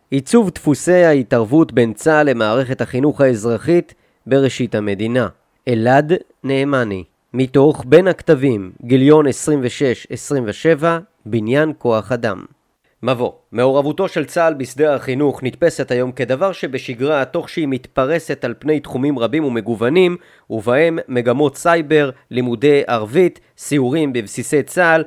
עיצוב דפוסי ההתערבות בין צה"ל למערכת החינוך האזרחית בראשית המדינה. אלעד נאמני, מתוך בין הכתבים, גיליון 26-27, בניין כוח אדם. מבוא. מעורבותו של צה"ל בשדה החינוך נתפסת היום כדבר שבשגרה תוך שהיא מתפרסת על פני תחומים רבים ומגוונים, ובהם מגמות סייבר, לימודי ערבית, סיורים בבסיסי צה"ל,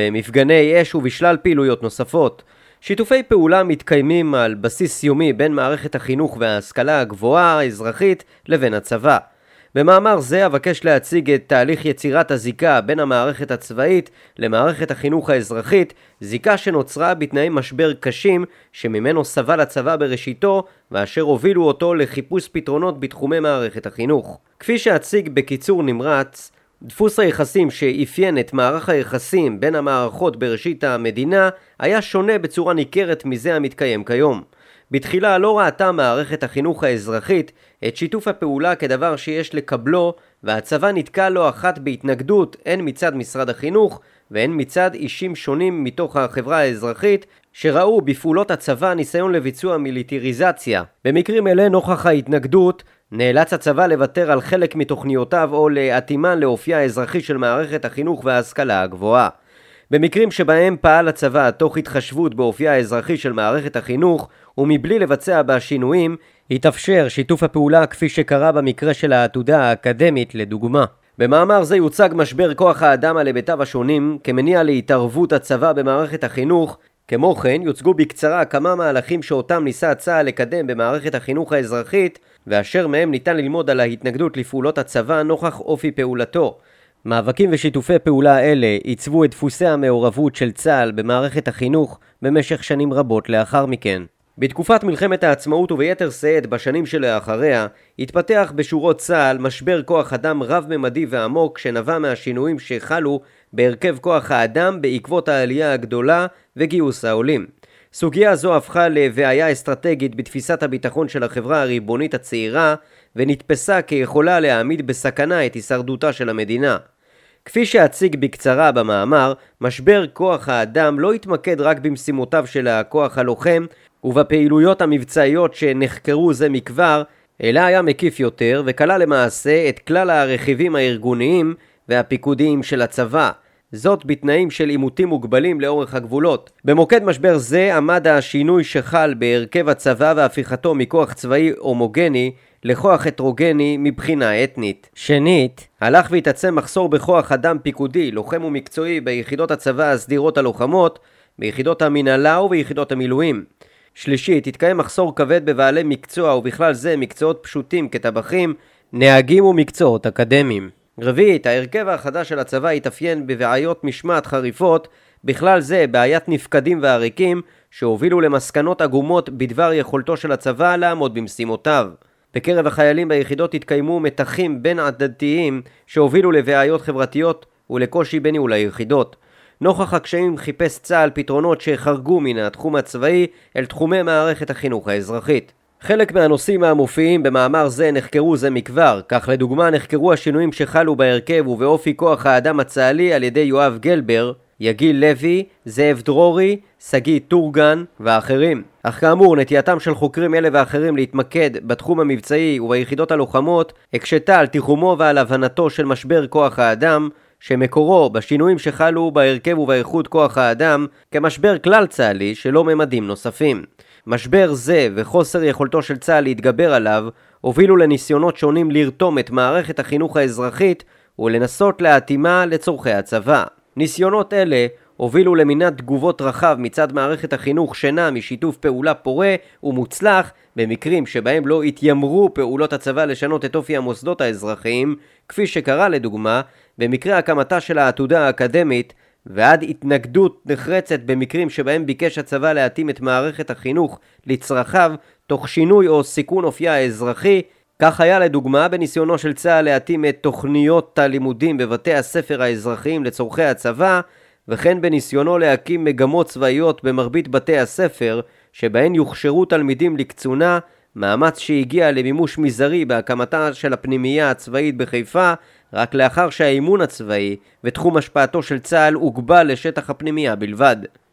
במפגני אש ובשלל פעילויות נוספות. שיתופי פעולה מתקיימים על בסיס יומי בין מערכת החינוך וההשכלה הגבוהה האזרחית לבין הצבא. במאמר זה אבקש להציג את תהליך יצירת הזיקה בין המערכת הצבאית למערכת החינוך האזרחית, זיקה שנוצרה בתנאי משבר קשים שממנו סבל הצבא בראשיתו ואשר הובילו אותו לחיפוש פתרונות בתחומי מערכת החינוך. כפי שאציג בקיצור נמרץ, דפוס היחסים שאפיין את מערך היחסים בין המערכות בראשית המדינה היה שונה בצורה ניכרת מזה המתקיים כיום. בתחילה לא ראתה מערכת החינוך האזרחית את שיתוף הפעולה כדבר שיש לקבלו, והצבא נתקע לא אחת בהתנגדות הן מצד משרד החינוך והן מצד אישים שונים מתוך החברה האזרחית שראו בפעולות הצבא ניסיון לביצוע מיליטריזציה. במקרים אלה נוכח ההתנגדות נאלץ הצבא לוותר על חלק מתוכניותיו או להתאימן לאופייה האזרחי של מערכת החינוך וההשכלה הגבוהה. במקרים שבהם פעל הצבא תוך התחשבות באופייה האזרחי של מערכת החינוך ומבלי לבצע בה שינויים, התאפשר שיתוף הפעולה כפי שקרה במקרה של העתודה האקדמית לדוגמה. במאמר זה יוצג משבר כוח האדם על היבטיו השונים כמניע להתערבות הצבא במערכת החינוך. כמו כן יוצגו בקצרה כמה מהלכים שאותם ניסה צה"ל לקדם במערכת החינוך האזרחית ואשר מהם ניתן ללמוד על ההתנגדות לפעולות הצבא נוכח אופי פעולתו. מאבקים ושיתופי פעולה אלה עיצבו את דפוסי המעורבות של צה"ל במערכת החינוך במשך שנים רבות לאחר מכן. בתקופת מלחמת העצמאות וביתר שאת בשנים שלאחריה, התפתח בשורות צה"ל משבר כוח אדם רב-ממדי ועמוק שנבע מהשינויים שחלו בהרכב כוח האדם בעקבות העלייה הגדולה וגיוס העולים. סוגיה זו הפכה לבעיה אסטרטגית בתפיסת הביטחון של החברה הריבונית הצעירה, ונתפסה כיכולה להעמיד בסכנה את הישרדותה של המדינה. כפי שאציג בקצרה במאמר, משבר כוח האדם לא התמקד רק במשימותיו של הכוח הלוחם ובפעילויות המבצעיות שנחקרו זה מכבר, אלא היה מקיף יותר וכלל למעשה את כלל הרכיבים הארגוניים והפיקודיים של הצבא. זאת בתנאים של עימותים מוגבלים לאורך הגבולות. במוקד משבר זה עמד השינוי שחל בהרכב הצבא והפיכתו מכוח צבאי הומוגני לכוח הטרוגני מבחינה אתנית. שנית, הלך והתעצם מחסור בכוח אדם פיקודי, לוחם ומקצועי ביחידות הצבא הסדירות הלוחמות, ביחידות המנהלה וביחידות המילואים. שלישית, התקיים מחסור כבד בבעלי מקצוע ובכלל זה מקצועות פשוטים כטבחים, נהגים ומקצועות אקדמיים. רביעית, ההרכב החדש של הצבא התאפיין בבעיות משמעת חריפות, בכלל זה בעיית נפקדים ועריקים שהובילו למסקנות עגומות בדבר יכולתו של הצבא לעמוד במשימותיו. בקרב החיילים ביחידות התקיימו מתחים בין עדתיים שהובילו לבעיות חברתיות ולקושי בניהול היחידות. נוכח הקשיים חיפש צה"ל פתרונות שחרגו מן התחום הצבאי אל תחומי מערכת החינוך האזרחית. חלק מהנושאים המופיעים במאמר זה נחקרו זה מכבר, כך לדוגמה נחקרו השינויים שחלו בהרכב ובאופי כוח האדם הצה"לי על ידי יואב גלבר, יגיל לוי, זאב דרורי, סגי טורגן ואחרים. אך כאמור, נטייתם של חוקרים אלה ואחרים להתמקד בתחום המבצעי וביחידות הלוחמות הקשתה על תיחומו ועל הבנתו של משבר כוח האדם, שמקורו בשינויים שחלו בהרכב ובאיכות כוח האדם כמשבר כלל צה"לי שלא ממדים נוספים. משבר זה וחוסר יכולתו של צה"ל להתגבר עליו הובילו לניסיונות שונים לרתום את מערכת החינוך האזרחית ולנסות להתאימה לצורכי הצבא. ניסיונות אלה הובילו למינט תגובות רחב מצד מערכת החינוך שנע משיתוף פעולה פורה ומוצלח במקרים שבהם לא התיימרו פעולות הצבא לשנות את אופי המוסדות האזרחיים, כפי שקרה לדוגמה במקרה הקמתה של העתודה האקדמית, ועד התנגדות נחרצת במקרים שבהם ביקש הצבא להתאים את מערכת החינוך לצרכיו תוך שינוי או סיכון אופייה האזרחי. כך היה לדוגמה בניסיונו של צה"ל להתאים את תוכניות הלימודים בבתי הספר האזרחיים לצורכי הצבא, וכן בניסיונו להקים מגמות צבאיות במרבית בתי הספר שבהן יוכשרו תלמידים לקצונה, מאמץ שהגיע למימוש מזערי בהקמתה של הפנימייה הצבאית בחיפה רק לאחר שהאימון הצבאי ותחום השפעתו של צה"ל הוגבל לשטח הפנימייה בלבד.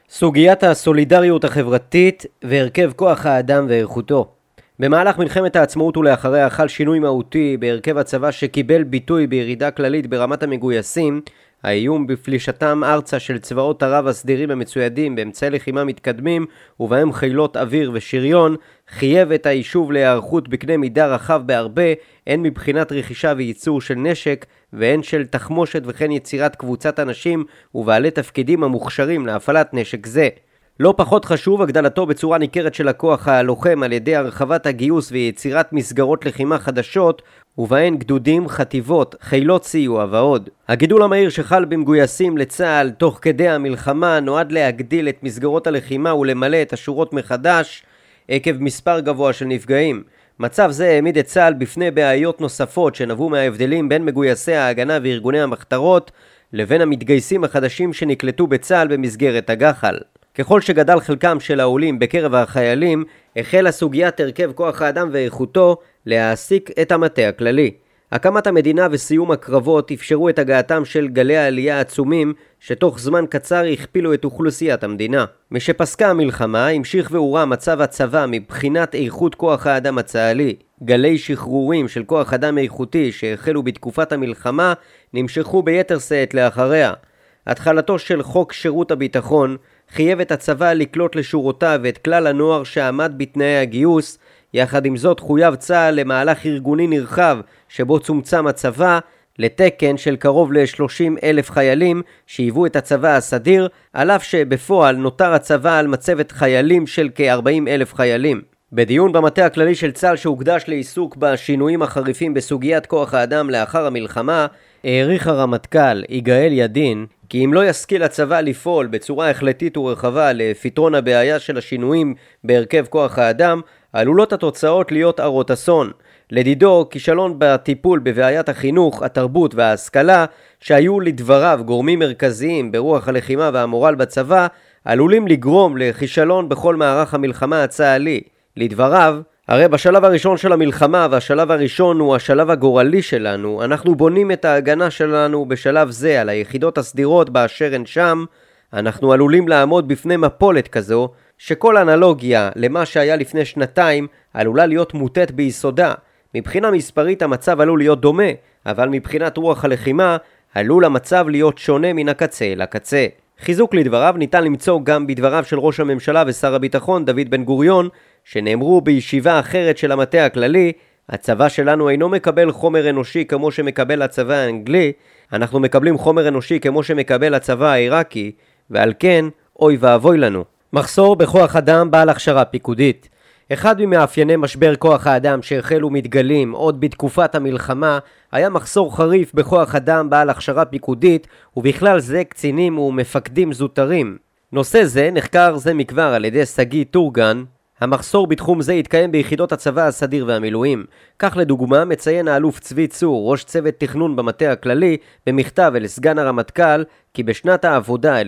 סוגיית הסולידריות החברתית והרכב כוח האדם ואיכותו. במהלך מלחמת העצמאות ולאחריה חל שינוי מהותי בהרכב הצבא שקיבל ביטוי בירידה כללית ברמת המגויסים. האיום בפלישתם ארצה של צבאות ערב הסדירים המצוידים באמצעי לחימה מתקדמים ובהם חילות אוויר ושריון חייב את היישוב להיערכות בקנה מידה רחב בהרבה, הן מבחינת רכישה וייצור של נשק והן של תחמושת וכן יצירת קבוצת אנשים ובעלי תפקידים המוכשרים להפעלת נשק זה. לא פחות חשוב הגדלתו בצורה ניכרת של הכוח הלוחם על ידי הרחבת הגיוס ויצירת מסגרות לחימה חדשות ובהן גדודים, חטיבות, חילות סיוע ועוד. הגידול המהיר שחל במגויסים לצה"ל תוך כדי המלחמה נועד להגדיל את מסגרות הלחימה ולמלא את השורות מחדש עקב מספר גבוה של נפגעים. מצב זה העמיד את צה"ל בפני בעיות נוספות שנבעו מההבדלים בין מגויסי ההגנה וארגוני המחתרות לבין המתגייסים החדשים שנקלטו בצה"ל במסגרת הגח"ל. ככל שגדל חלקם של העולים בקרב החיילים, החלה סוגיית הרכב כוח האדם ואיכותו להעסיק את המטה הכללי. הקמת המדינה וסיום הקרבות אפשרו את הגעתם של גלי העלייה עצומים שתוך זמן קצר הכפילו את אוכלוסיית המדינה. משפסקה המלחמה המשיך והורע מצב הצבא מבחינת איכות כוח האדם הצה"לי. גלי שחרורים של כוח אדם איכותי שהחלו בתקופת המלחמה נמשכו ביתר שאת לאחריה. התחלתו של חוק שירות הביטחון חייב את הצבא לקלוט לשורותיו את כלל הנוער שעמד בתנאי הגיוס. יחד עם זאת חויב צה"ל למהלך ארגוני נרחב שבו צומצם הצבא לתקן של קרוב ל-30,000 חיילים שהיוו את הצבא הסדיר, על אף שבפועל נותר הצבא על מצבת חיילים של כ-40,000 חיילים. בדיון במטה הכללי של צה"ל שהוקדש לעיסוק בשינויים החריפים בסוגיית כוח האדם לאחר המלחמה, העריך הרמטכ"ל יגאל ידין כי אם לא ישכיל הצבא לפעול בצורה החלטית ורחבה לפתרון הבעיה של השינויים בהרכב כוח האדם, עלולות התוצאות להיות הרות אסון. לדידו, כישלון בטיפול בבעיית החינוך, התרבות וההשכלה, שהיו לדבריו גורמים מרכזיים ברוח הלחימה והמורל בצבא, עלולים לגרום לכישלון בכל מערך המלחמה הצה"לי. לדבריו, הרי בשלב הראשון של המלחמה, והשלב הראשון הוא השלב הגורלי שלנו, אנחנו בונים את ההגנה שלנו בשלב זה על היחידות הסדירות באשר הן שם, אנחנו עלולים לעמוד בפני מפולת כזו, שכל אנלוגיה למה שהיה לפני שנתיים עלולה להיות מוטט ביסודה. מבחינה מספרית המצב עלול להיות דומה, אבל מבחינת רוח הלחימה עלול המצב להיות שונה מן הקצה לקצה. חיזוק לדבריו ניתן למצוא גם בדבריו של ראש הממשלה ושר הביטחון דוד בן גוריון, שנאמרו בישיבה אחרת של המטה הכללי, הצבא שלנו אינו מקבל חומר אנושי כמו שמקבל הצבא האנגלי, אנחנו מקבלים חומר אנושי כמו שמקבל הצבא העיראקי, ועל כן אוי ואבוי לנו. מחסור בכוח אדם בעל הכשרה פיקודית. אחד ממאפייני משבר כוח האדם שהחלו מתגלים עוד בתקופת המלחמה היה מחסור חריף בכוח אדם בעל הכשרה פיקודית ובכלל זה קצינים ומפקדים זוטרים. נושא זה נחקר זה מכבר על ידי סגי טורגן. המחסור בתחום זה התקיים ביחידות הצבא הסדיר והמילואים. כך לדוגמה מציין האלוף צבי צור, ראש צוות תכנון במטה הכללי, במכתב אל סגן הרמטכ"ל, כי בשנת העבודה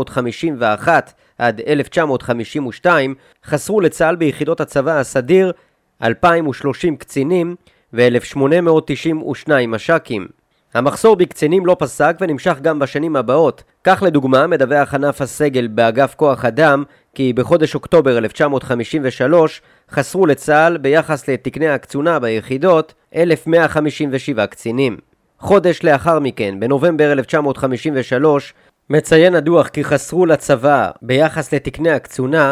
1951 עד 1952 חסרו לצה"ל ביחידות הצבא הסדיר 2,030 קצינים ו-1,892 מש"קים. המחסור בקצינים לא פסק ונמשך גם בשנים הבאות. כך לדוגמה מדווח ענף הסגל באגף כוח אדם כי בחודש אוקטובר 1953 חסרו לצה"ל ביחס לתקני הקצונה ביחידות 1,157 קצינים. חודש לאחר מכן, בנובמבר 1953, מציין הדוח כי חסרו לצבא ביחס לתקני הקצונה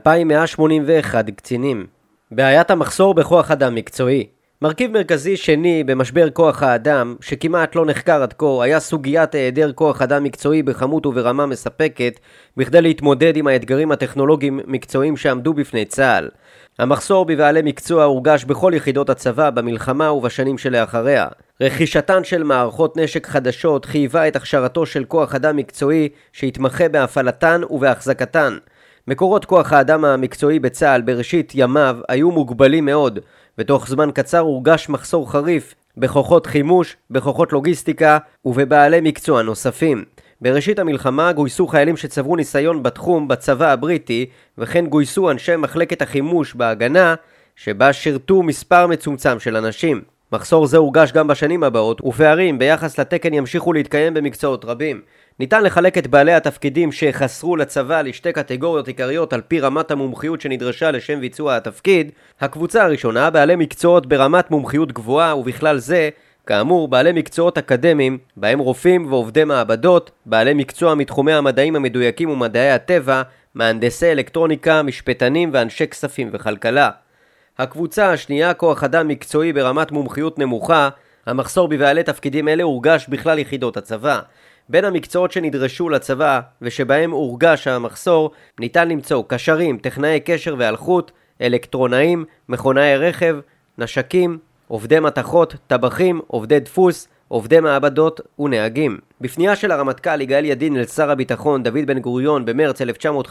2,181 קצינים. בעיית המחסור בכוח אדם מקצועי. מרכיב מרכזי שני במשבר כוח האדם שכמעט לא נחקר עד כה היה סוגיית היעדר כוח אדם מקצועי בכמות וברמה מספקת בכדי להתמודד עם האתגרים הטכנולוגיים מקצועיים שעמדו בפני צה"ל. המחסור בבעלי מקצוע הורגש בכל יחידות הצבא במלחמה ובשנים שלאחריה. רכישתן של מערכות נשק חדשות חייבה את הכשרתו של כוח אדם מקצועי שהתמחה בהפעלתן ובהחזקתן. מקורות כוח האדם המקצועי בצה"ל בראשית ימיו היו מוגבלים מאוד, ותוך זמן קצר הורגש מחסור חריף בכוחות חימוש, בכוחות לוגיסטיקה ובבעלי מקצוע נוספים. בראשית המלחמה גויסו חיילים שצברו ניסיון בתחום בצבא הבריטי, וכן גויסו אנשי מחלקת החימוש בהגנה, שבה שירתו מספר מצומצם של אנשים. מחסור זה הורגש גם בשנים הבאות, ופערים ביחס לתקן ימשיכו להתקיים במקצועות רבים. ניתן לחלק את בעלי התפקידים שחסרו לצבא לשתי קטגוריות עיקריות על פי רמת המומחיות שנדרשה לשם ביצוע התפקיד. הקבוצה הראשונה, בעלי מקצועות ברמת מומחיות גבוהה, ובכלל זה, כאמור, בעלי מקצועות אקדמיים, בהם רופאים ועובדי מעבדות, בעלי מקצוע מתחומי המדעים המדויקים ומדעי הטבע, מהנדסי אלקטרוניקה, משפטנים ואנשי כספים וכלכלה. הקבוצה השנייה, כוח אדם מקצועי ברמת מומחיות נמוכה. המחסור בבעלי תפקידים אלה הורגש בכלל יחידות הצבא. בין המקצועות שנדרשו לצבא ושבהם הורגש המחסור, ניתן למצוא קשרים, טכנאי קשר ואלחוט, אלקטרונאים, מכונאי רכב, נשקים, עובדי מתכות, טבחים, עובדי דפוס, עובדי מעבדות ונהגים. בפנייה של הרמטכ"ל יגאל ידין לשר הביטחון דוד בן גוריון במרץ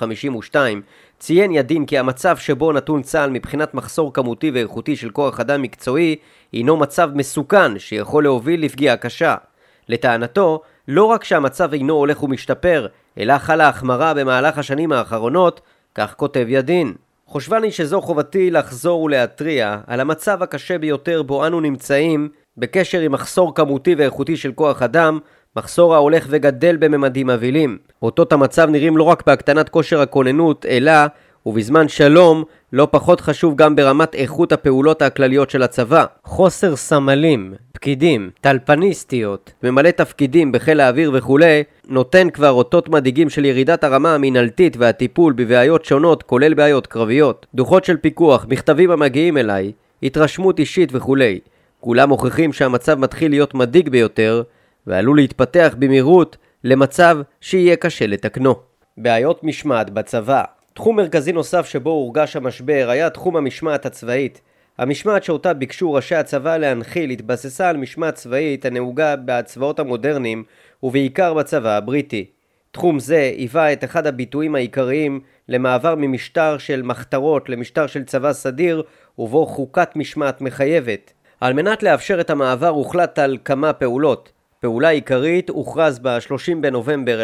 1952, ציין ידין כי המצב שבו נתון צה"ל מבחינת מחסור כמותי ואיכותי של כוח אדם מקצועי הינו מצב מסוכן שיכול להוביל לפגיעה קשה. לטענתו, לא רק שהמצב אינו הולך ומשתפר, אלא חלה החמרה במהלך השנים האחרונות, כך כותב ידין. חושבני שזו חובתי לחזור ולהתריע על המצב הקשה ביותר בו אנו נמצאים בקשר עם מחסור כמותי ואיכותי של כוח אדם, מחסור ההולך וגדל בממדים מבהילים. אותות המצב נראים לא רק בהקטנת כושר הכוננות, אלא, ובזמן שלום, לא פחות חשוב גם ברמת איכות הפעולות הכלליות של הצבא. חוסר סמלים, פקידים, טלפניסטיות, ממלא תפקידים בחיל האוויר וכו', נותן כבר אותות מדאיגים של ירידת הרמה המנהלתית והטיפול בבעיות שונות, כולל בעיות קרביות. דוחות של פיקוח, מכתבים המגיעים אליי, התרשמות אישית וכו'. כולם מוכיחים שהמצב מתחיל להיות מדאיג ביותר, ועלול להתפתח במהירות למצב שיהיה קשה לתקנו. בעיות משמעת בצבא. תחום מרכזי נוסף שבו הורגש המשבר היה תחום המשמעת הצבאית. המשמעת שאותה ביקשו ראשי הצבא להנחיל התבססה על משמעת צבאית הנהוגה בצבאות המודרניים ובעיקר בצבא הבריטי. תחום זה היווה את אחד הביטויים העיקריים למעבר ממשטר של מחתרות למשטר של צבא סדיר ובו חוקת משמעת מחייבת. על מנת לאפשר את המעבר הוחלט על כמה פעולות. פעולה עיקרית הוכרז ב-30 בנובמבר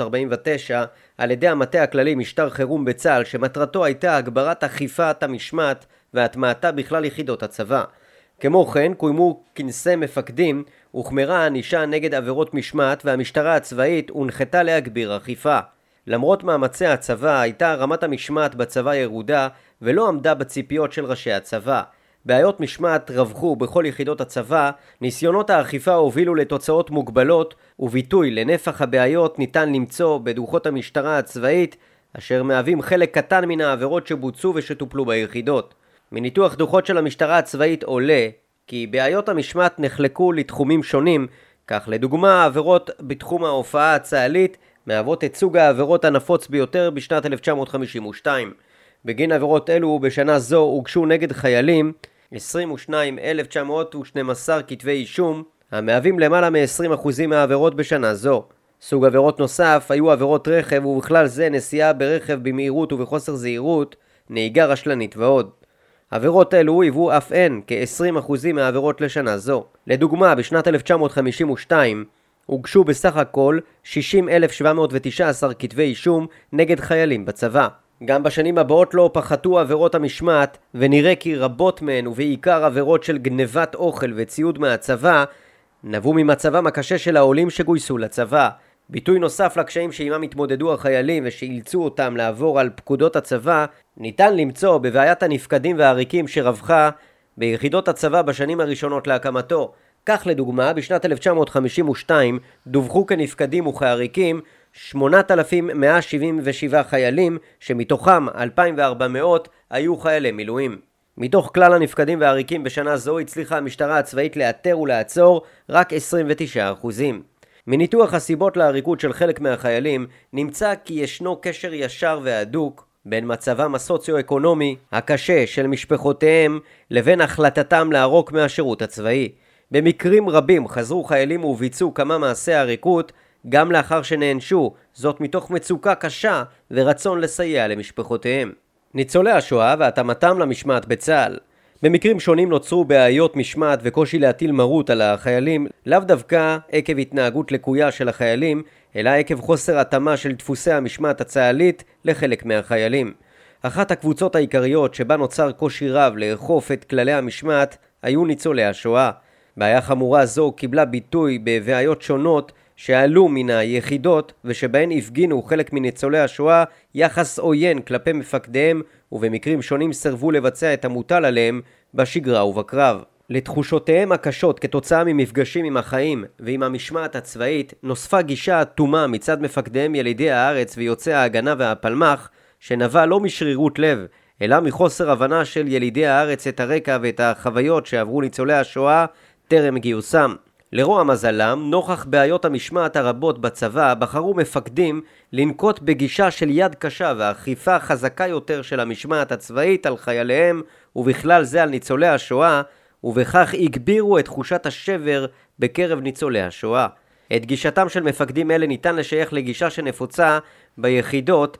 1949 על ידי המטה הכללי משטר חירום בצה"ל, שמטרתו הייתה הגברת אכיפת המשמעת והטמעתה בכלל יחידות הצבא. כמו כן קוימו כנסי מפקדים, הוחמרה הענישה נגד עבירות משמעת והמשטרה הצבאית הונחתה להגביר אכיפה. למרות מאמצי הצבא הייתה רמת המשמעת בצבא ירודה ולא עמדה בציפיות של ראשי הצבא. בעיות משמעת רווחו בכל יחידות הצבא, ניסיונות האכיפה הובילו לתוצאות מוגבלות, וביטוי לנפח הבעיות ניתן למצוא בדוחות המשטרה הצבאית, אשר מהווים חלק קטן מן העבירות שבוצעו ושטופלו ביחידות. מניתוח דוחות של המשטרה הצבאית עולה כי בעיות המשמעת נחלקו לתחומים שונים, כך לדוגמה העבירות בתחום ההופעה הצה"לית מהוות את סוג העבירות הנפוץ ביותר בשנת 1952. בגין עבירות אלו בשנה זו הוגשו נגד חיילים 22,912 כתבי אישום, המהווים למעלה מ-20% מהעבירות בשנה זו. סוג עבירות נוסף היו עבירות רכב, ובכלל זה נסיעה ברכב במהירות ובחוסר זהירות, נהיגה רשלנית ועוד. עבירות אלו היוו אף הן כ-20% מהעבירות לשנה זו. לדוגמה, בשנת 1952 הוגשו בסך הכל 60,719 כתבי אישום נגד חיילים בצבא. גם בשנים הבאות לא פחתו עבירות המשמעת, ונראה כי רבות מהן ובעיקר עבירות של גנבת אוכל וציוד מהצבא נבעו ממצבם הקשה של העולים שגויסו לצבא. ביטוי נוסף לקשיים שעימם התמודדו החיילים ושאילצו אותם לעבור על פקודות הצבא ניתן למצוא בבעיית הנפקדים והעריקים שרווחה ביחידות הצבא בשנים הראשונות להקמתו. כך לדוגמה, בשנת 1952 דווחו כנפקדים וכעריקים 8,177 חיילים, שמתוכם 2,400 היו חיילי מילואים. מתוך כלל הנפקדים והעריקים בשנה זו הצליחה המשטרה הצבאית לאתר ולעצור רק 29%. מניתוח הסיבות לעריקות של חלק מהחיילים נמצא כי ישנו קשר ישר והדוק בין מצבם הסוציו-אקונומי הקשה של משפחותיהם לבין החלטתם לערוק מהשירות הצבאי. במקרים רבים חזרו חיילים וביצעו כמה מעשי עריקות גם לאחר שנענשו, זאת מתוך מצוקה קשה ורצון לסייע למשפחותיהם. ניצולי השואה והתאמתם למשמעת בצה"ל. במקרים שונים נוצרו בעיות משמעת וקושי להטיל מרות על החיילים, לאו דווקא עקב התנהגות לקויה של החיילים, אלא עקב חוסר התאמה של דפוסי המשמעת הצה"לית לחלק מהחיילים. אחת הקבוצות העיקריות שבה נוצר קושי רב לאכוף את כללי המשמעת היו ניצולי השואה. בעיה חמורה זו קיבלה ביטוי בבעיות שונות שעלו מן היחידות ושבהן הפגינו חלק מניצולי השואה יחס עוין כלפי מפקדיהם, ובמקרים שונים סרבו לבצע את המוטל עליהם בשגרה ובקרב. לתחושותיהם הקשות כתוצאה ממפגשים עם החיים ועם המשמעת הצבאית נוספה גישה אטומה מצד מפקדיהם ילידי הארץ ויוצאי ההגנה והפלמ"ח, שנבע לא משרירות לב אלא מחוסר הבנה של ילידי הארץ את הרקע ואת החוויות שעברו ניצולי השואה טרם גיוסם. לרוע מזלם, נוכח בעיות המשמעת הרבות בצבא, בחרו מפקדים לנקוט בגישה של יד קשה ואכיפה חזקה יותר של המשמעת הצבאית על חייליהם ובכלל זה על ניצולי השואה, ובכך הגבירו את תחושת השבר בקרב ניצולי השואה. את גישתם של מפקדים אלה ניתן לשייך לגישה שנפוצה ביחידות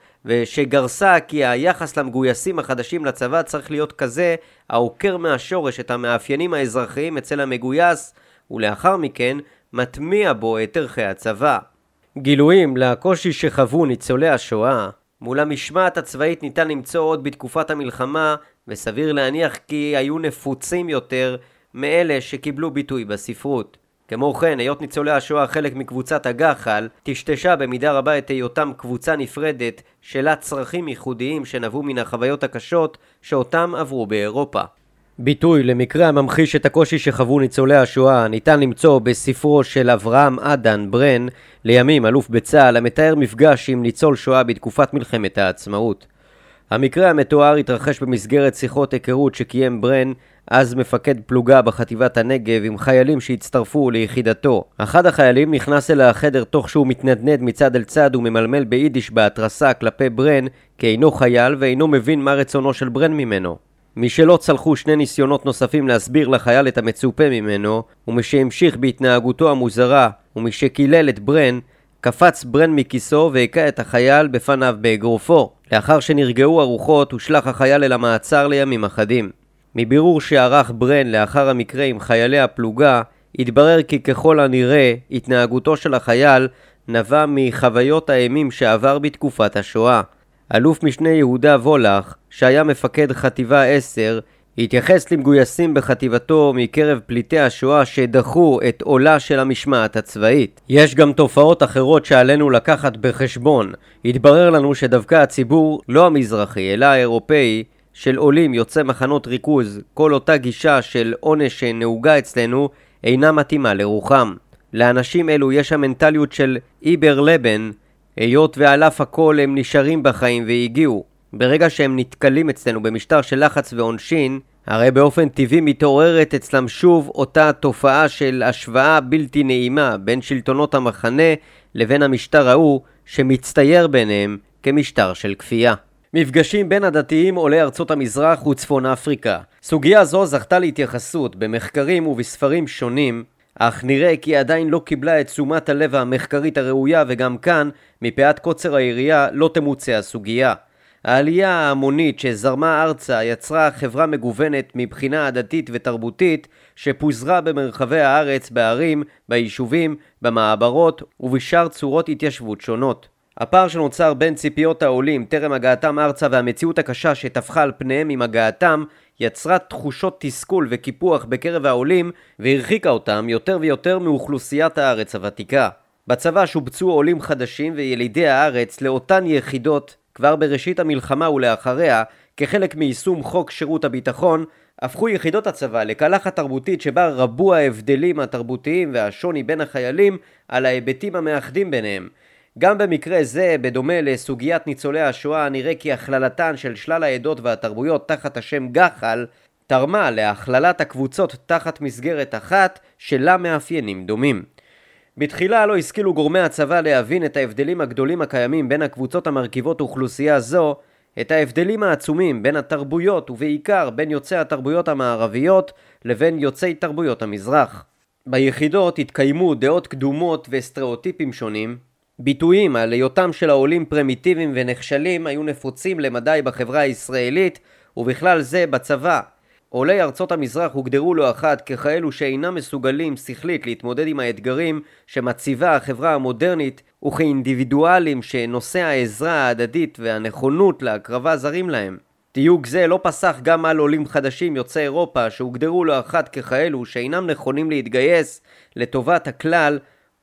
ושגרסה כי היחס למגויסים החדשים לצבא צריך להיות כזה העוקר מהשורש את המאפיינים האזרחיים אצל המגויס ולאחר מכן מטמיע בו את ערכי הצבא. גילויים לקושי שחוו ניצולי השואה מול המשמעת הצבאית ניתן למצוא עוד בתקופת המלחמה, וסביר להניח כי היו נפוצים יותר מאלה שקיבלו ביטוי בספרות. כמו כן, היות ניצולי השואה חלק מקבוצת הגח"ל, טשטשה במידה רבה את היותם קבוצה נפרדת שלה צרכים ייחודיים שנבעו מן החוויות הקשות שאותם עברו באירופה. ביטוי למקרה הממחיש את הקושי שחוו ניצולי השואה ניתן למצוא בספרו של אברהם אדן ברן, לימים אלוף בצה"ל, המתאר מפגש עם ניצול שואה בתקופת מלחמת העצמאות. המקרה המתואר התרחש במסגרת שיחות היכרות שקיים ברן, אז מפקד פלוגה בחטיבת הנגב, עם חיילים שהצטרפו ליחידתו. אחד החיילים נכנס אל החדר תוך שהוא מתנדנד מצד אל צד וממלמל ביידיש בהתרסה כלפי ברן כי אינו חייל ואינו מבין מה רצונו של ברן ממנו. משלא צלחו שני ניסיונות נוספים להסביר לחייל את המצופה ממנו, ומשהמשיך בהתנהגותו המוזרה ומשקילל את ברן, קפץ ברן מכיסו והכה את החייל בפניו באגרופו. לאחר שנרגעו הרוחות הושלך החייל אל המעצר לימים אחדים. מבירור שערך ברן לאחר המקרה עם חיילי הפלוגה, התברר כי ככל הנראה התנהגותו של החייל נבע מחוויות האימים שעבר בתקופת השואה. אלוף משנה יהודה וולך, שהיה מפקד חטיבה 10, התייחס למגויסים בחטיבתו מקרב פליטי השואה שדחו את עולה של המשמעת הצבאית. יש גם תופעות אחרות שעלינו לקחת בחשבון. התברר לנו שדווקא הציבור, לא המזרחי אלא האירופאי, של עולים יוצא מחנות ריכוז, כל אותה גישה של עונש שנהוגה אצלנו, אינה מתאימה לרוחם. לאנשים אלו יש המנטליות של איבר לבן, היות ועל אף הכל הם נשארים בחיים והגיעו. ברגע שהם נתקלים אצלנו במשטר של לחץ ועונשין, הרי באופן טבעי מתעוררת אצלם שוב אותה תופעה של השוואה בלתי נעימה בין שלטונות המחנה לבין המשטר ההוא שמצטייר ביניהם כמשטר של כפייה. מפגשים בין הדתיים עולי ארצות המזרח וצפון אפריקה. סוגיה זו זכתה להתייחסות במחקרים ובספרים שונים, אך נראה כי עדיין לא קיבלה את תשומת הלב המחקרית הראויה, וגם כאן, מפאת קוצר היריעה, לא תמוצה הסוגיה. העלייה ההמונית שזרמה ארצה יצרה חברה מגוונת מבחינה עדתית ותרבותית שפוזרה במרחבי הארץ, בערים, ביישובים, במעברות ובשאר צורות התיישבות שונות. הפער שנוצר בין ציפיות העולים טרם הגעתם ארצה והמציאות הקשה שטפחה על פניהם עם הגעתם יצרה תחושות תסכול וקיפוח בקרב העולים והרחיקה אותם יותר ויותר מאוכלוסיית הארץ הוותיקה. בצבא שובצו עולים חדשים וילידי הארץ לאותן יחידות כבר בראשית המלחמה ולאחריה, כחלק מיישום חוק שירות הביטחון, הפכו יחידות הצבא לקלחת תרבותית שבה רבו ההבדלים התרבותיים והשוני בין החיילים על ההיבטים המאחדים ביניהם. גם במקרה זה, בדומה לסוגיית ניצולי השואה, נראה כי הכללתן של שלל העדות והתרבויות תחת השם גח"ל תרמה להכללת הקבוצות תחת מסגרת אחת שלה מאפיינים דומים. בתחילה לא השכילו גורמי הצבא להבין את ההבדלים הגדולים הקיימים בין הקבוצות המרכיבות אוכלוסייה זו, את ההבדלים העצומים בין התרבויות ובעיקר בין יוצאי התרבויות המערביות לבין יוצאי תרבויות המזרח. ביחידות התקיימו דעות קדומות וסטריאוטיפים שונים. ביטויים על היותם של העולים פרימיטיביים ונחשלים היו נפוצים למדי בחברה הישראלית ובכלל זה בצבא. עולי ארצות המזרח הוגדרו לא אחת ככאלו שאינם מסוגלים שכלית להתמודד עם האתגרים שמציבה החברה המודרנית וכאינדיבידואלים שנושא העזרה ההדדית והנכונות להקרבה זרים להם. תיוג זה לא פסח גם על עולים חדשים יוצאי אירופה שהוגדרו לא אחת ככאלו שאינם נכונים להתגייס לטובת הכלל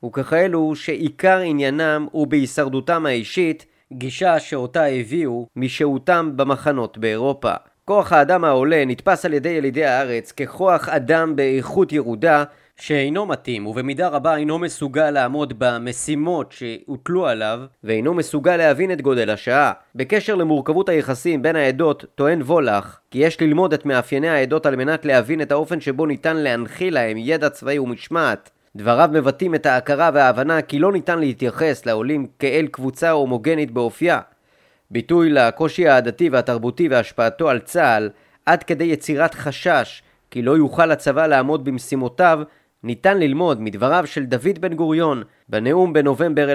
וככאלו שעיקר עניינם הוא בהישרדותם האישית, גישה שאותה הביאו משהותם במחנות באירופה. כוח האדם העולה נתפס על ידי ילידי הארץ ככוח אדם באיכות ירודה שאינו מתאים ובמידה רבה אינו מסוגל לעמוד במשימות שהוטלו עליו ואינו מסוגל להבין את גודל השעה. בקשר למורכבות היחסים בין העדות טוען וולך כי יש ללמוד את מאפייני העדות על מנת להבין את האופן שבו ניתן להנחיל להם ידע צבאי ומשמעת. דבריו מבטאים את ההכרה וההבנה כי לא ניתן להתייחס לעולים כאל קבוצה הומוגנית באופייה. ביטוי לקושי העדתי והתרבותי והשפעתו על צה"ל עד כדי יצירת חשש כי לא יוכל הצבא לעמוד במשימותיו ניתן ללמוד מדבריו של דוד בן גוריון בנאום בנובמבר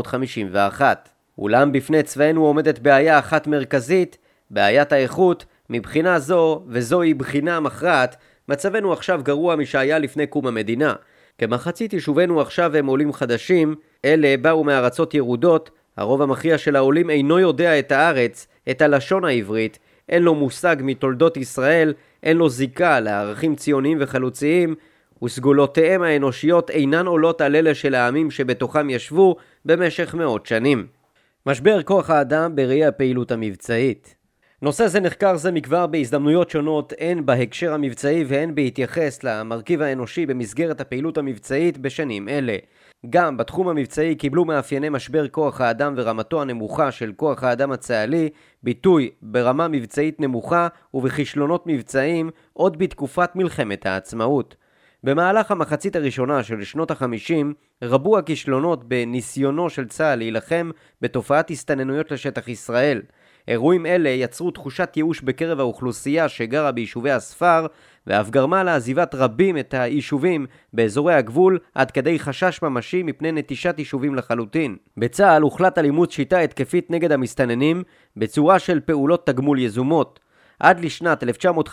1951. אולם בפני צבאנו עומדת בעיה אחת מרכזית, בעיית האיכות. מבחינה זו, וזוהי בחינה מכרעת, מצבנו עכשיו גרוע משהיה לפני קום המדינה. כמחצית יישובינו עכשיו הם עולים חדשים, אלה באו מארצות ירודות, הרוב המכריע של העולים אינו יודע את הארץ, את הלשון העברית, אין לו מושג מתולדות ישראל, אין לו זיקה לערכים ציוניים וחלוציים, וסגולותיהם האנושיות אינן עולות על אלה של העמים שבתוכם ישבו במשך מאות שנים. משבר כוח האדם בראי הפעילות המבצעית. נושא זה נחקר זה מכבר בהזדמנויות שונות, הן בהקשר המבצעי והן בהתייחס למרכיב האנושי במסגרת הפעילות המבצעית בשנים אלה. גם בתחום המבצעי קיבלו מאפייני משבר כוח האדם ורמתו הנמוכה של כוח האדם הצה"לי ביטוי ברמה מבצעית נמוכה ובכישלונות מבצעיים עוד בתקופת מלחמת העצמאות. במהלך המחצית הראשונה של שנות ה-50 רבו הכישלונות בניסיונו של צה"ל להילחם בתופעת הסתננויות לשטח ישראל. אירועים אלה יצרו תחושת ייאוש בקרב האוכלוסייה שגרה ביישובי הספר, ואף גרמה לעזיבת רבים את היישובים באזורי הגבול עד כדי חשש ממשי מפני נטישת יישובים לחלוטין. בצה"ל הוחלט על אימוץ שיטה התקפית נגד המסתננים בצורה של פעולות תגמול יזומות. עד לשנת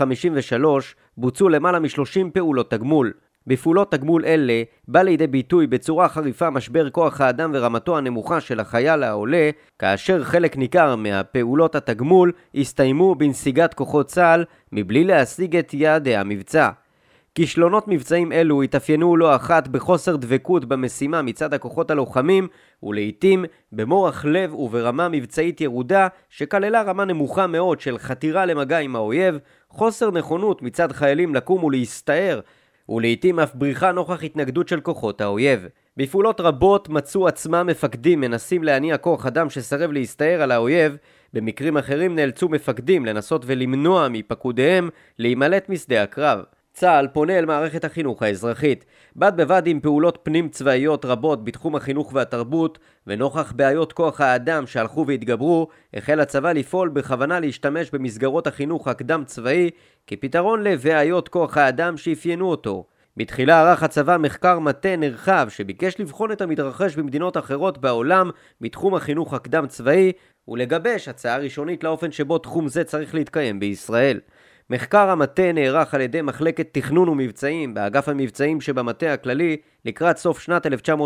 1953 בוצעו למעלה מ-30 פעולות תגמול. בפעולות תגמול אלה בא לידי ביטוי בצורה חריפה משבר כוח האדם ורמתו הנמוכה של החייל העולה, כאשר חלק ניכר מהפעולות התגמול הסתיימו בנסיגת כוחות צה"ל מבלי להשיג את יעדי המבצע. כישלונות מבצעים אלו התאפיינו לא אחת בחוסר דבקות במשימה מצד הכוחות הלוחמים, ולעיתים במורך לב וברמה מבצעית ירודה שכללה רמה נמוכה מאוד של חתירה למגע עם האויב, חוסר נכונות מצד חיילים לקום ולהסתער, ולעיתים אף בריחה נוכח התנגדות של כוחות האויב. בפעולות רבות מצאו עצמם מפקדים מנסים להניע כוח אדם שסרב להסתער על האויב, במקרים אחרים נאלצו מפקדים לנסות ולמנוע מפקודיהם להימלט משדה הקרב. צה"ל פונה אל מערכת החינוך האזרחית. בד בבד עם פעולות פנים צבאיות רבות בתחום החינוך והתרבות, ונוכח בעיות כוח האדם שהלכו והתגברו, החל הצבא לפעול בכוונה להשתמש במסגרות החינוך הקדם צבאי כפתרון לבעיות כוח האדם שאפיינו אותו. בתחילה ערך הצבא מחקר מטה נרחב שביקש לבחון את המתרחש במדינות אחרות בעולם בתחום החינוך הקדם צבאי, ולגבש הצעה ראשונית לאופן שבו תחום זה צריך להתקיים בישראל. מחקר המטה נערך על ידי מחלקת תכנון ומבצעים באגף המבצעים שבמטה הכללי לקראת סוף שנת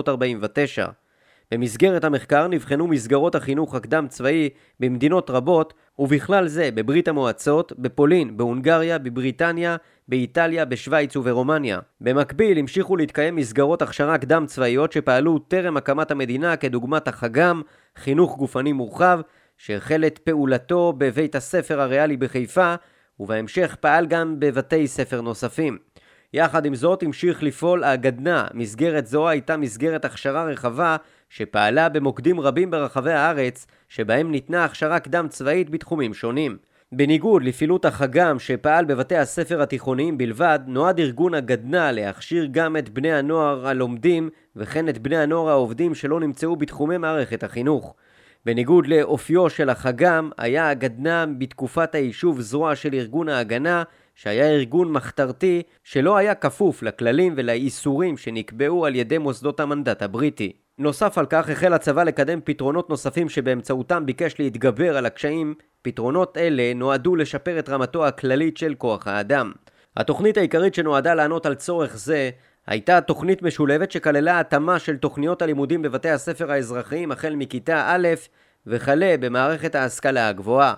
1949. במסגרת המחקר נבחנו מסגרות החינוך הקדם צבאי במדינות רבות, ובכלל זה בברית המועצות, בפולין, בהונגריה, בבריטניה, באיטליה, בשוויץ וברומניה. במקביל המשיכו להתקיים מסגרות הכשרה קדם צבאיות שפעלו טרם הקמת המדינה כדוגמת החגם, חינוך גופני מורחב, שהחל את פעולתו בבית הספר הריאלי בחיפה, ובהמשך פעל גם בבתי ספר נוספים. יחד עם זאת המשיך לפעול הגדנ"ע. מסגרת זו הייתה מסגרת הכשרה רחבה שפעלה במוקדים רבים ברחבי הארץ, שבהם ניתנה הכשרה קדם צבאית בתחומים שונים. בניגוד לפעילות החגם שפעל בבתי הספר התיכוניים בלבד, נועד ארגון הגדנ"ע להכשיר גם את בני הנוער הלומדים וכן את בני הנוער העובדים שלא נמצאו בתחומי מערכת החינוך. בניגוד לאופיו של החגם, היה הגדנ"ע בתקופת היישוב זרוע של ארגון ההגנה, שהיה ארגון מחתרתי שלא היה כפוף לכללים ולאיסורים שנקבעו על ידי מוסדות המנדט הבריטי. נוסף על כך החל הצבא לקדם פתרונות נוספים שבאמצעותם ביקש להתגבר על הקשיים. פתרונות אלה נועדו לשפר את רמתו הכללית של כוח האדם. התוכנית העיקרית שנועדה לענות על צורך זה הייתה תוכנית משולבת שכללה התאמה של תוכניות הלימודים בבתי הספר האזרחיים החל מכיתה א' וכלה במערכת ההשכלה הגבוהה.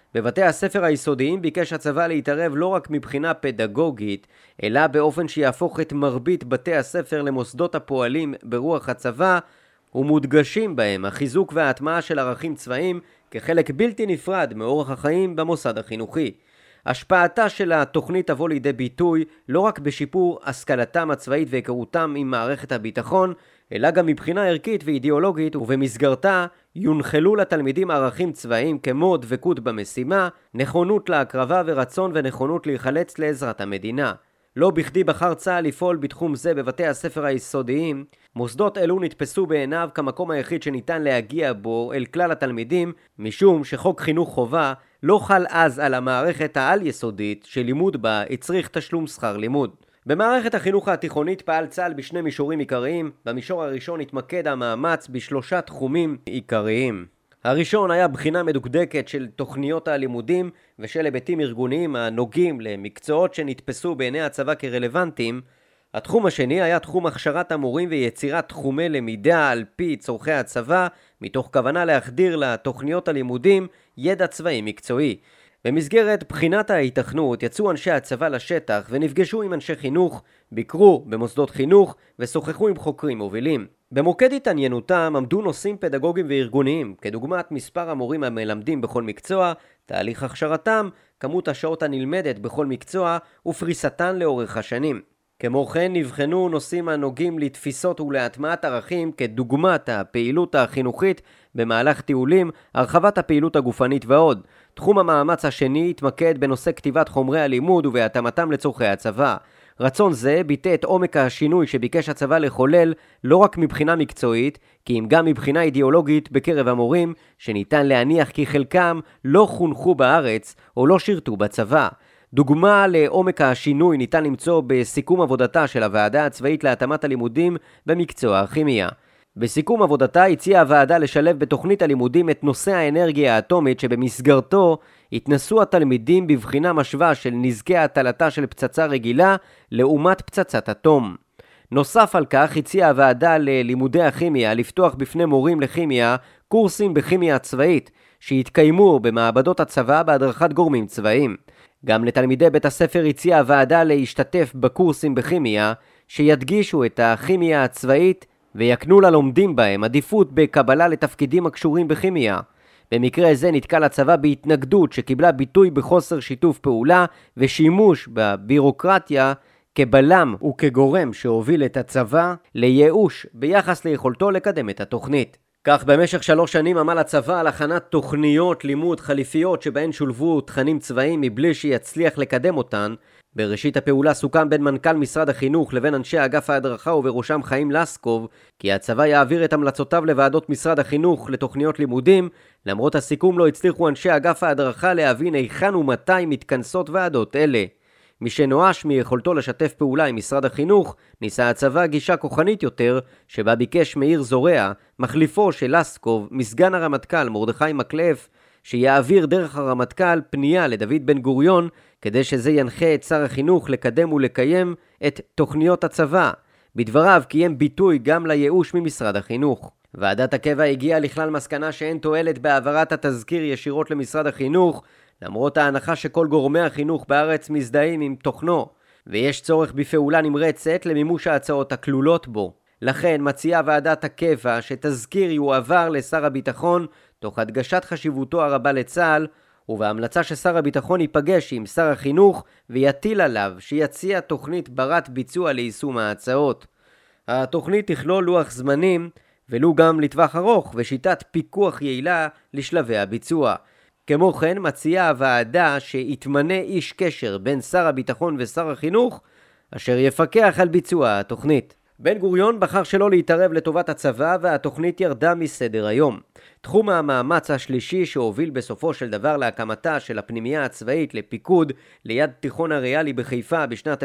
בבתי הספר היסודיים ביקש הצבא להתערב לא רק מבחינה פדגוגית, אלא באופן שיהפוך את מרבית בתי הספר למוסדות הפועלים ברוח הצבא, ומודגשים בהם החיזוק וההטמעה של ערכים צבאיים כחלק בלתי נפרד מאורח החיים במוסד החינוכי. השפעתה של התוכנית תבוא לידי ביטוי לא רק בשיפור השכלתם הצבאית והיכרותם עם מערכת הביטחון, אלא גם מבחינה ערכית ואידיאולוגית, ובמסגרתה יונחלו לתלמידים ערכים צבאיים כמו דבקות במשימה, נכונות להקרבה ורצון ונכונות להיחלץ לעזרת המדינה. לא בכדי בחר צה"ל לפעול בתחום זה בבתי הספר היסודיים. מוסדות אלו נתפסו בעיניו כמקום היחיד שניתן להגיע בו אל כלל התלמידים, משום שחוק חינוך חובה לא חל אז על המערכת העל-יסודית שלימוד בה הצריך תשלום שכר לימוד. במערכת החינוך התיכונית פעל צה"ל בשני מישורים עיקריים. במישור הראשון התמקד המאמץ בשלושה תחומים עיקריים. הראשון היה בחינה מדוקדקת של תוכניות הלימודים ושל היבטים ארגוניים הנוגעים למקצועות שנתפסו בעיני הצבא כרלוונטיים. התחום השני היה תחום הכשרת המורים ויצירת תחומי למידה על פי צורכי הצבא, מתוך כוונה להחדיר לתוכניות הלימודים ידע צבאי מקצועי. במסגרת בחינת ההיתכנות יצאו אנשי הצבא לשטח ונפגשו עם אנשי חינוך, ביקרו במוסדות חינוך ושוחחו עם חוקרים מובילים. במוקד התעניינותם עמדו נושאים פדגוגיים וארגוניים, כדוגמת מספר המורים המלמדים בכל מקצוע, תהליך הכשרתם, כמות השעות הנלמדת בכל מקצוע ופריסתן לאורך השנים. כמו כן נבחנו נושאים הנוגעים לתפיסות ולהטמעת ערכים, כדוגמת הפעילות החינוכית במהלך טיולים, הרחבת הפעילות הגופנית ועוד. תחום המאמץ השני התמקד בנושא כתיבת חומרי הלימוד ובהתאמתם לצורכי הצבא. רצון זה ביטא את עומק השינוי שביקש הצבא לחולל לא רק מבחינה מקצועית, כי אם גם מבחינה אידיאולוגית בקרב המורים, שניתן להניח כי חלקם לא חונכו בארץ או לא שירתו בצבא. דוגמה לעומק השינוי ניתן למצוא בסיכום עבודתה של הוועדה הצבאית להתאמת הלימודים במקצוע הכימיה. בסיכום עבודתה הציעה הוועדה לשלב בתוכנית הלימודים את נושא האנרגיה האטומית, שבמסגרתו התנסו התלמידים בבחינה משווה של נזקי הטלתה של פצצה רגילה לעומת פצצת אטום. נוסף על כך הציעה הוועדה ללימודי הכימיה לפתוח בפני מורים לכימיה קורסים בכימיה צבאית שהתקיימו במעבדות הצבא בהדרכת גורמים צבאיים. גם לתלמידי בית הספר הציעה הוועדה להשתתף בקורסים בכימיה שידגישו את הכימיה הצבאית ויקנו ללומדים בהם עדיפות בקבלה לתפקידים הקשורים בכימיה. במקרה זה נתקל הצבא בהתנגדות שקיבלה ביטוי בחוסר שיתוף פעולה ושימוש בבירוקרטיה כבלם וכגורם שהוביל את הצבא לייאוש ביחס ליכולתו לקדם את התוכנית. כך במשך 3 שנים עמל הצבא על הכנת תוכניות לימוד חליפיות שבהן שולבו תכנים צבאיים מבלי שיצליח לקדם אותן. בראשית הפעולה סוכם בין מנכ"ל משרד החינוך לבין אנשי אגף ההדרכה ובראשם חיים לסקוב כי הצבא יעביר את המלצותיו לוועדות משרד החינוך לתוכניות לימודים. למרות הסיכום לא הצליחו אנשי אגף ההדרכה להבין היכן ומתי מתכנסות ועדות אלה. משנואש מיכולתו לשתף פעולה עם משרד החינוך, ניסה הצבא גישה כוחנית יותר, שבה ביקש מאיר זורע, מחליפו של לסקוב, מסגן הרמטכ"ל מרדכי מקלף, שיעביר דרך הרמטכ"ל פנייה לדוד בן גוריון, כדי שזה ינחה את שר החינוך לקדם ולקיים את תוכניות הצבא. בדבריו קיים ביטוי גם לייאוש ממשרד החינוך. ועדת הקבע הגיעה לכלל מסקנה שאין תועלת בהעברת התזכיר ישירות למשרד החינוך, למרות ההנחה שכל גורמי החינוך בארץ מזדהים עם תוכנו, ויש צורך בפעולה נמרצת למימוש ההצעות הכלולות בו. לכן מציעה ועדת הקבע שתזכיר יועבר לשר הביטחון, תוך הדגשת חשיבותו הרבה לצה"ל, ובהמלצה ששר הביטחון ייפגש עם שר החינוך ויטיל עליו שיציע תוכנית ברת ביצוע ליישום ההצעות. התוכנית תכלול לוח זמנים, ולו גם לטווח ארוך, ושיטת פיקוח יעילה לשלבי הביצוע. כמו כן מציעה הוועדה שיתמנה איש קשר בין שר הביטחון ושר החינוך, אשר יפקח על ביצוע התוכנית. בן גוריון בחר שלא להתערב לטובת הצבא והתוכנית ירדה מסדר היום. תחום המאמץ השלישי שהוביל בסופו של דבר להקמתה של הפנימייה הצבאית לפיקוד ליד תיכון הריאלי בחיפה בשנת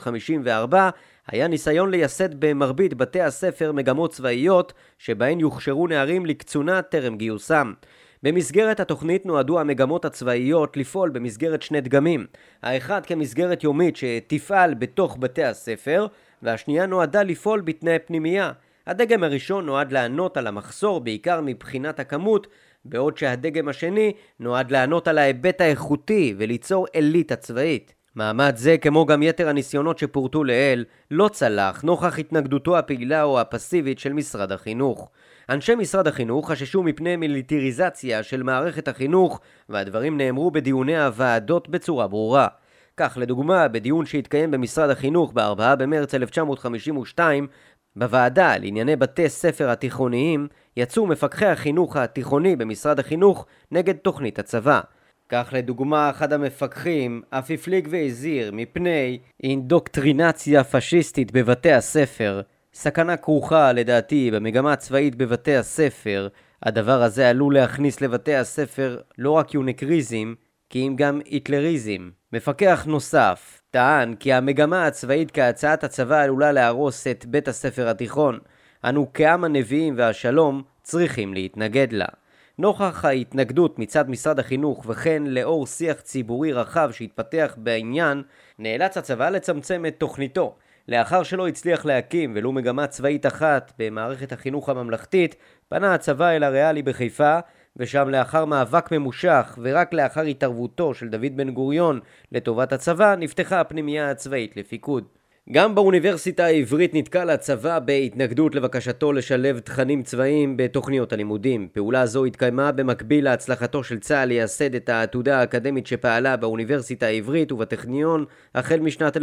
1954 היה ניסיון לייסד במרבית בתי הספר מגמות צבאיות שבהן יוכשרו נערים לקצונה טרם גיוסם. במסגרת התוכנית נועדו המגמות הצבאיות לפעול במסגרת 2 דגמים. האחד כמסגרת יומית שתפעל בתוך בתי הספר, והשנייה נועדה לפעול בתנאי פנימייה. הדגם הראשון נועד לענות על המחסור בעיקר מבחינת הכמות בעוד שהדגם השני נועד לענות על ההיבט האיכותי וליצור אליטה צבאית. מעמד זה, כמו גם יתר הניסיונות שפורטו לעיל, לא צלח נוכח התנגדותו הפעילה או הפסיבית של משרד החינוך. אנשי משרד החינוך חששו מפני מיליטריזציה של מערכת החינוך, והדברים נאמרו בדיוני הוועדות בצורה ברורה. כך לדוגמה, בדיון שהתקיים במשרד החינוך ב-4 במרץ 1952, בוועדה לענייני בתי ספר התיכוניים, יצאו מפקחי החינוך התיכוני במשרד החינוך נגד תוכנית הצבא. כך לדוגמה, אחד המפקחים אף הפליג והזהיר מפני אינדוקטרינציה פשיסטית בבתי הספר, סכנה כרוכה לדעתי במגמה הצבאית בבתי הספר. הדבר הזה עלול להכניס לבתי הספר לא רק יוניקריזם, כי אם גם היטלריזם. מפקח נוסף טען כי המגמה הצבאית כהצעת הצבא עלולה להרוס את בית הספר התיכון. אנו כעם הנביאים והשלום צריכים להתנגד לה. נוכח ההתנגדות מצד משרד החינוך וכן לאור שיח ציבורי רחב שהתפתח בעניין, נאלץ הצבא לצמצם את תוכניתו. לאחר שלא הצליח להקים ולו מגמה צבאית אחת במערכת החינוך הממלכתית, פנה הצבא אל הריאלי בחיפה, ושם לאחר מאבק ממושך ורק לאחר התערבותו של דוד בן גוריון לטובת הצבא, נפתחה הפנימייה הצבאית לפיקוד. גם באוניברסיטה העברית נתקל הצבא בהתנגדות לבקשתו לשלב תכנים צבאיים בתוכניות הלימודים. פעולה זו התקיימה במקביל להצלחתו של צה"ל לייסד את העתודה האקדמית שפעלה באוניברסיטה העברית ובטכניון החל משנת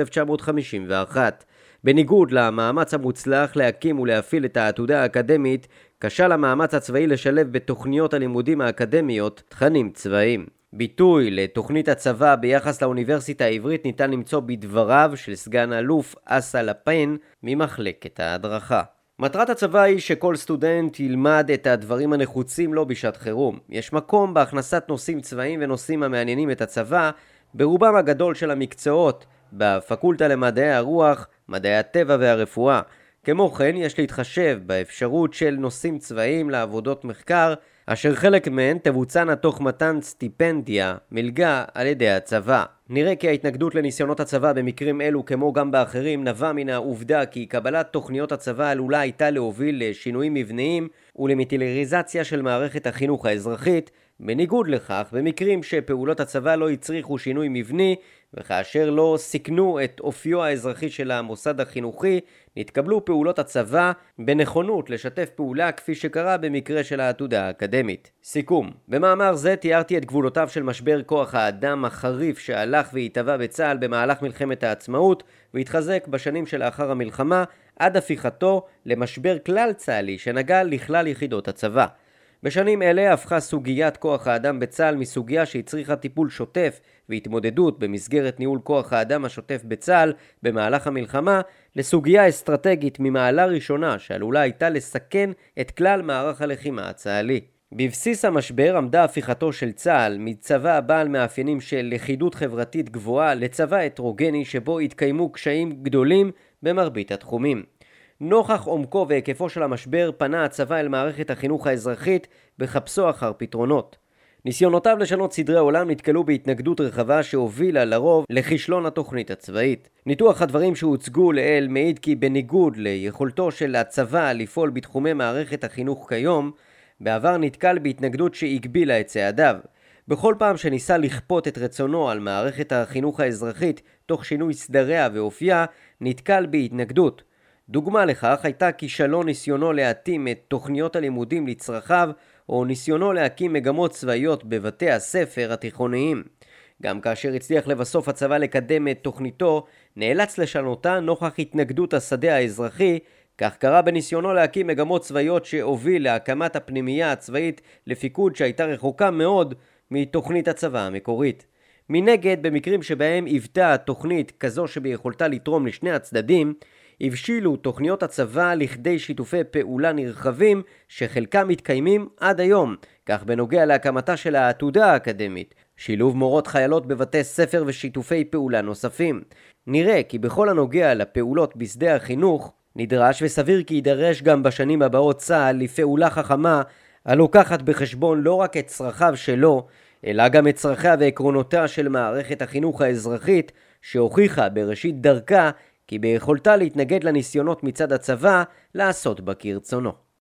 1951. בניגוד למאמץ המוצלח להקים ולהפעיל את העתודה האקדמית, כשל המאמץ הצבאי לשלב בתוכניות הלימודים האקדמיות תכנים צבאיים. ביטוי לתוכנית הצבא ביחס לאוניברסיטה העברית ניתן למצוא בדבריו של סגן אלוף אסא לפן ממחלקת ההדרכה. מטרת הצבא היא שכל סטודנט ילמד את הדברים הנחוצים לו בשעת חירום. יש מקום בהכנסת נושאים צבאיים ונושאים המעניינים את הצבא ברובם הגדול של המקצועות, בפקולטה למדעי הרוח, מדעי הטבע והרפואה. כמו כן, יש להתחשב באפשרות של נושאים צבאיים לעבודות מחקר, אשר חלק מהן תבוצענה תוך מתן סטיפנדיה, מלגה, על ידי הצבא. נראה כי ההתנגדות לניסיונות הצבא במקרים אלו כמו גם באחרים נבע מן העובדה כי קבלת תוכניות הצבא עלולה הייתה להוביל לשינויים מבניים ולמיליטריזציה של מערכת החינוך האזרחית, בניגוד לכך במקרים שפעולות הצבא לא הצריכו שינוי מבני וכאשר לא סיכנו את אופיו האזרחי של המוסד החינוכי, נתקבלו פעולות הצבא בנכונות לשתף פעולה כפי שקרה במקרה של העתודה האקדמית. סיכום, במאמר זה תיארתי את גבולותיו של משבר כוח האדם החריף שהלך והתהווה בצה"ל במהלך מלחמת העצמאות והתחזק בשנים שלאחר המלחמה עד הפיכתו למשבר כלל צה"לי שנגע לכלל יחידות הצבא. בשנים אלה הפכה סוגיית כוח האדם בצה"ל מסוגיה שהצריכה טיפול שוטף והתמודדות במסגרת ניהול כוח האדם השוטף בצה"ל במהלך המלחמה לסוגיה אסטרטגית ממעלה ראשונה שעלולה הייתה לסכן את כלל מערך הלחימה הצה"לי. בבסיס המשבר עמדה הפיכתו של צה"ל מצבא בעל מאפיינים של לכידות חברתית גבוהה לצבא הטרוגני שבו התקיימו קשיים גדולים במרבית התחומים. נוכח עומקו והיקפו של המשבר פנה הצבא אל מערכת החינוך האזרחית בחפשו אחר פתרונות. ניסיונותיו לשנות סדרי עולם נתקלו בהתנגדות רחבה שהובילה לרוב לכישלון התוכנית הצבאית. ניתוח הדברים שהוצגו לעיל מעיד כי בניגוד ליכולתו של הצבא לפעול בתחומי מערכת החינוך כיום, בעבר נתקל בהתנגדות שהגבילה את צעדיו. בכל פעם שניסה לכפות את רצונו על מערכת החינוך האזרחית תוך שינוי סדריה ואופייה, נתקל בהתנגדות. דוגמה לכך הייתה כישלון ניסיונו להתאים את תוכניות הלימודים לצרכיו או ניסיונו להקים מגמות צבאיות בבתי הספר התיכוניים. גם כאשר הצליח לבסוף הצבא לקדם את תוכניתו, נאלץ לשנותה נוכח התנגדות השדה האזרחי, כך קרה בניסיונו להקים מגמות צבאיות שהוביל להקמת הפנימייה הצבאית לפיקוד שהייתה רחוקה מאוד מתוכנית הצבא המקורית. מנגד, במקרים שבהם היוותה התוכנית כזו שביכולתה לתרום לשני הצדדים, הבשילו תוכניות הצבא לכדי שיתופי פעולה נרחבים שחלקם מתקיימים עד היום, כך בנוגע להקמתה של העתודה האקדמית, שילוב מורות חיילות בבתי ספר ושיתופי פעולה נוספים. נראה כי בכל הנוגע לפעולות בשדה החינוך, נדרש וסביר כי יידרש גם בשנים הבאות צה"ל לפעולה חכמה הלוקחת בחשבון לא רק את צרכיו שלו, אלא גם את צרכיה ועקרונותיה של מערכת החינוך האזרחית, שהוכיחה בראשית דרכה כי ביכולתה להתנגד לניסיונות מצד הצבא לעשות בה כרצונו.